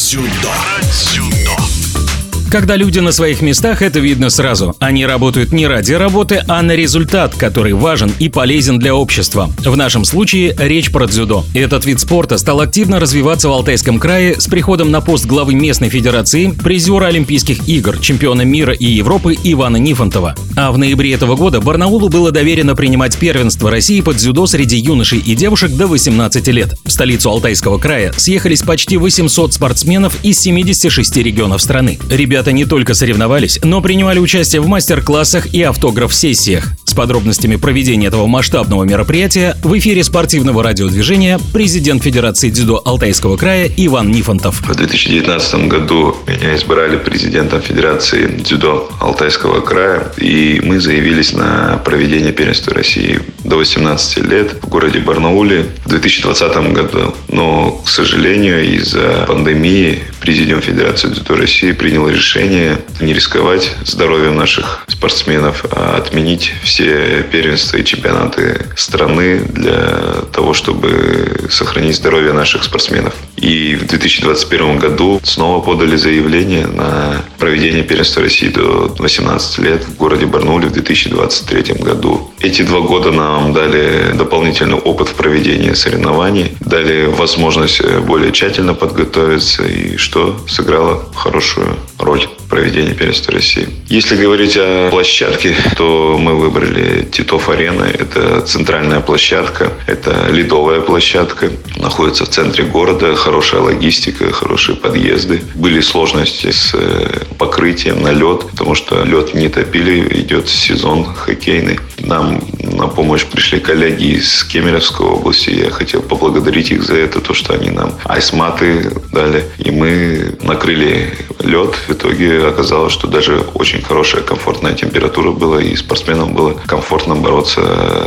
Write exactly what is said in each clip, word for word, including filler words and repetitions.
Дзюдо. Дзюдо. Когда люди на своих местах, это видно сразу. Они работают не ради работы, а на результат, который важен и полезен для общества. В нашем случае речь про дзюдо. Этот вид спорта стал активно развиваться в Алтайском крае с приходом на пост главы местной федерации призера Олимпийских игр, чемпиона мира и Европы Ивана Нифонтова. А в ноябре этого года Барнаулу было доверено принимать первенство России по дзюдо среди юношей и девушек до восемнадцати лет. В столицу Алтайского края съехались почти восемьсот спортсменов из семидесяти шести регионов страны. Ребята не только соревновались, но принимали участие в мастер-классах и автограф-сессиях. С подробностями проведения этого масштабного мероприятия в эфире спортивного радиодвижения президент Федерации дзюдо Алтайского края Иван Нифонтов. В две тысячи девятнадцатом году меня избрали президентом Федерации дзюдо Алтайского края, и мы заявились на проведение первенства России до восемнадцати лет в городе Барнауле в две тысячи двадцатом году. Но, к сожалению, из-за пандемии президиум Федерации дзюдо России принял решение не рисковать здоровьем наших спортсменов, а отменить все первенства и чемпионаты страны для того, чтобы сохранить здоровье наших спортсменов. И в две тысячи двадцать первом году снова подали заявление на проведение первенства России до восемнадцати лет в городе Барнауле в две тысячи двадцать третьем году. Эти два года нам дали дополнительный опыт в проведении соревнований, дали возможность более тщательно подготовиться, и что сыграло хорошую роль в проведении первенства России. Если говорить о площадке, то мы выбрали Титов-Арена. Это центральная площадка, это ледовая площадка, находится в центре города, хорошая логистика, хорошие подъезды. Были сложности с покрытием на лед, потому что лед не топили, идет сезон хоккейный. Нам на помощь пришли коллеги из Кемеровской области. Я хотел поблагодарить их за это, то, что они нам айсматы дали. И мы накрыли лед. В итоге оказалось, что даже очень хорошая, комфортная температура была, и спортсменам было комфортно бороться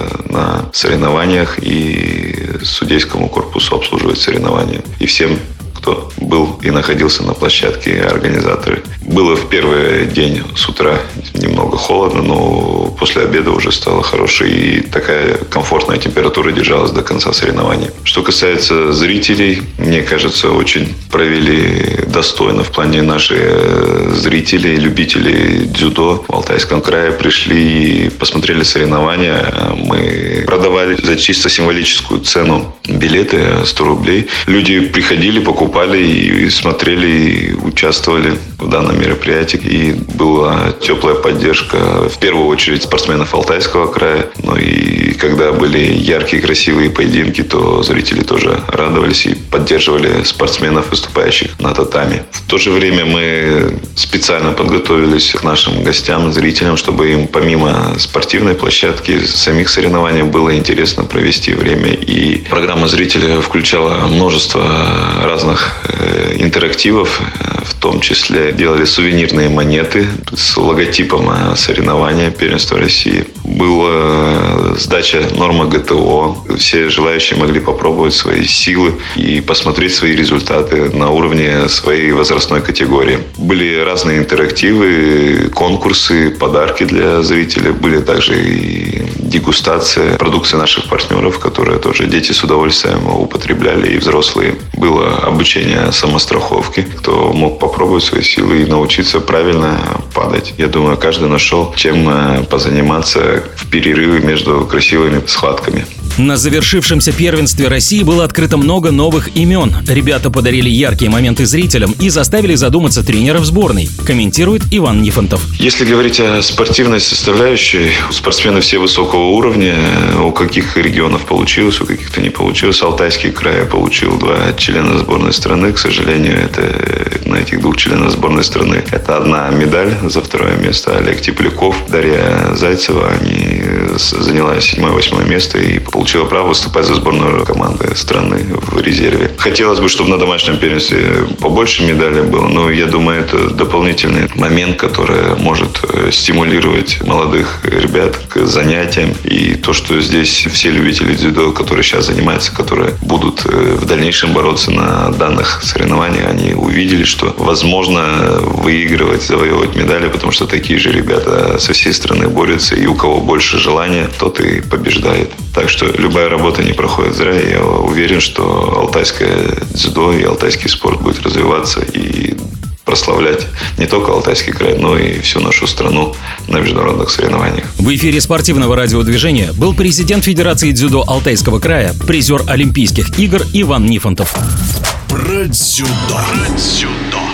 на соревнованиях, и судейскому корпусу обслуживать соревнования. И всем, кто был и находился на площадке, организаторы. Было в первый день с утра немного холодно, но после обеда уже стало хорошо, и такая комфортная температура держалась до конца соревнований. Что касается зрителей, мне кажется, очень провели достойно в плане наши зрители, любители дзюдо в Алтайском крае пришли и посмотрели соревнования. Мы продавали за чисто символическую цену билеты сто рублей. Люди приходили, покупали и смотрели, и участвовали в данном мероприятии. И была теплая поддержка, в первую очередь, спортсменов Алтайского края. Ну и когда были яркие, красивые поединки, то зрители тоже радовались и поддерживали спортсменов, выступающих на татами. В то же время мы специально подготовились к нашим гостям, зрителям, чтобы им помимо спортивной площадки, самих соревнований было интересно провести время. И программа зрителя включала множество разных э, интерактивов, в том числе делали сувенирные монеты с логотипом соревнования первенства России. Была сдача нормы ГТО. Все желающие могли попробовать свои силы и посмотреть свои результаты на уровне своей возрастной категории. Были разные интерактивы, конкурсы, подарки для зрителей. Были также и дегустация продукции наших партнеров, которые тоже дети с удовольствием употребляли, и взрослые. Было обучение самостраховки, кто мог попробовать свои силы и научиться правильно падать. Я думаю, каждый нашел, чем позаниматься в перерыве между красивыми схватками. На завершившемся первенстве России было открыто много новых имен. Ребята подарили яркие моменты зрителям и заставили задуматься тренеров сборной, комментирует Иван Нифонтов. Если говорить о спортивной составляющей, спортсмены все высокого уровня. У каких регионов получилось, у каких-то не получилось. Алтайский край получил два члена сборной страны. К сожалению, это на этих двух членов сборной страны это одна медаль за второе место. Олег Тепляков, Дарья Зайцева, они заняла седьмое-восьмое место и получила право выступать за сборную команды страны в резерве. Хотелось бы, чтобы на домашнем первенстве побольше медалей было, но я думаю, это дополнительный момент, который может стимулировать молодых ребят к занятиям. И то, что здесь все любители дзюдо, которые сейчас занимаются, которые будут в дальнейшем бороться на данных соревнованиях, они увидели, что возможно выигрывать, завоевывать медали, потому что такие же ребята со всей страны борются, и у кого больше желания желание, тот и побеждает. Так что любая работа не проходит зря. Я уверен, что алтайское дзюдо и алтайский спорт будет развиваться и прославлять не только Алтайский край, но и всю нашу страну на международных соревнованиях. В эфире спортивного радиодвижения был президент Федерации дзюдо Алтайского края, призер Олимпийских игр Иван Нифонтов. Про дзюдо. Про дзюдо.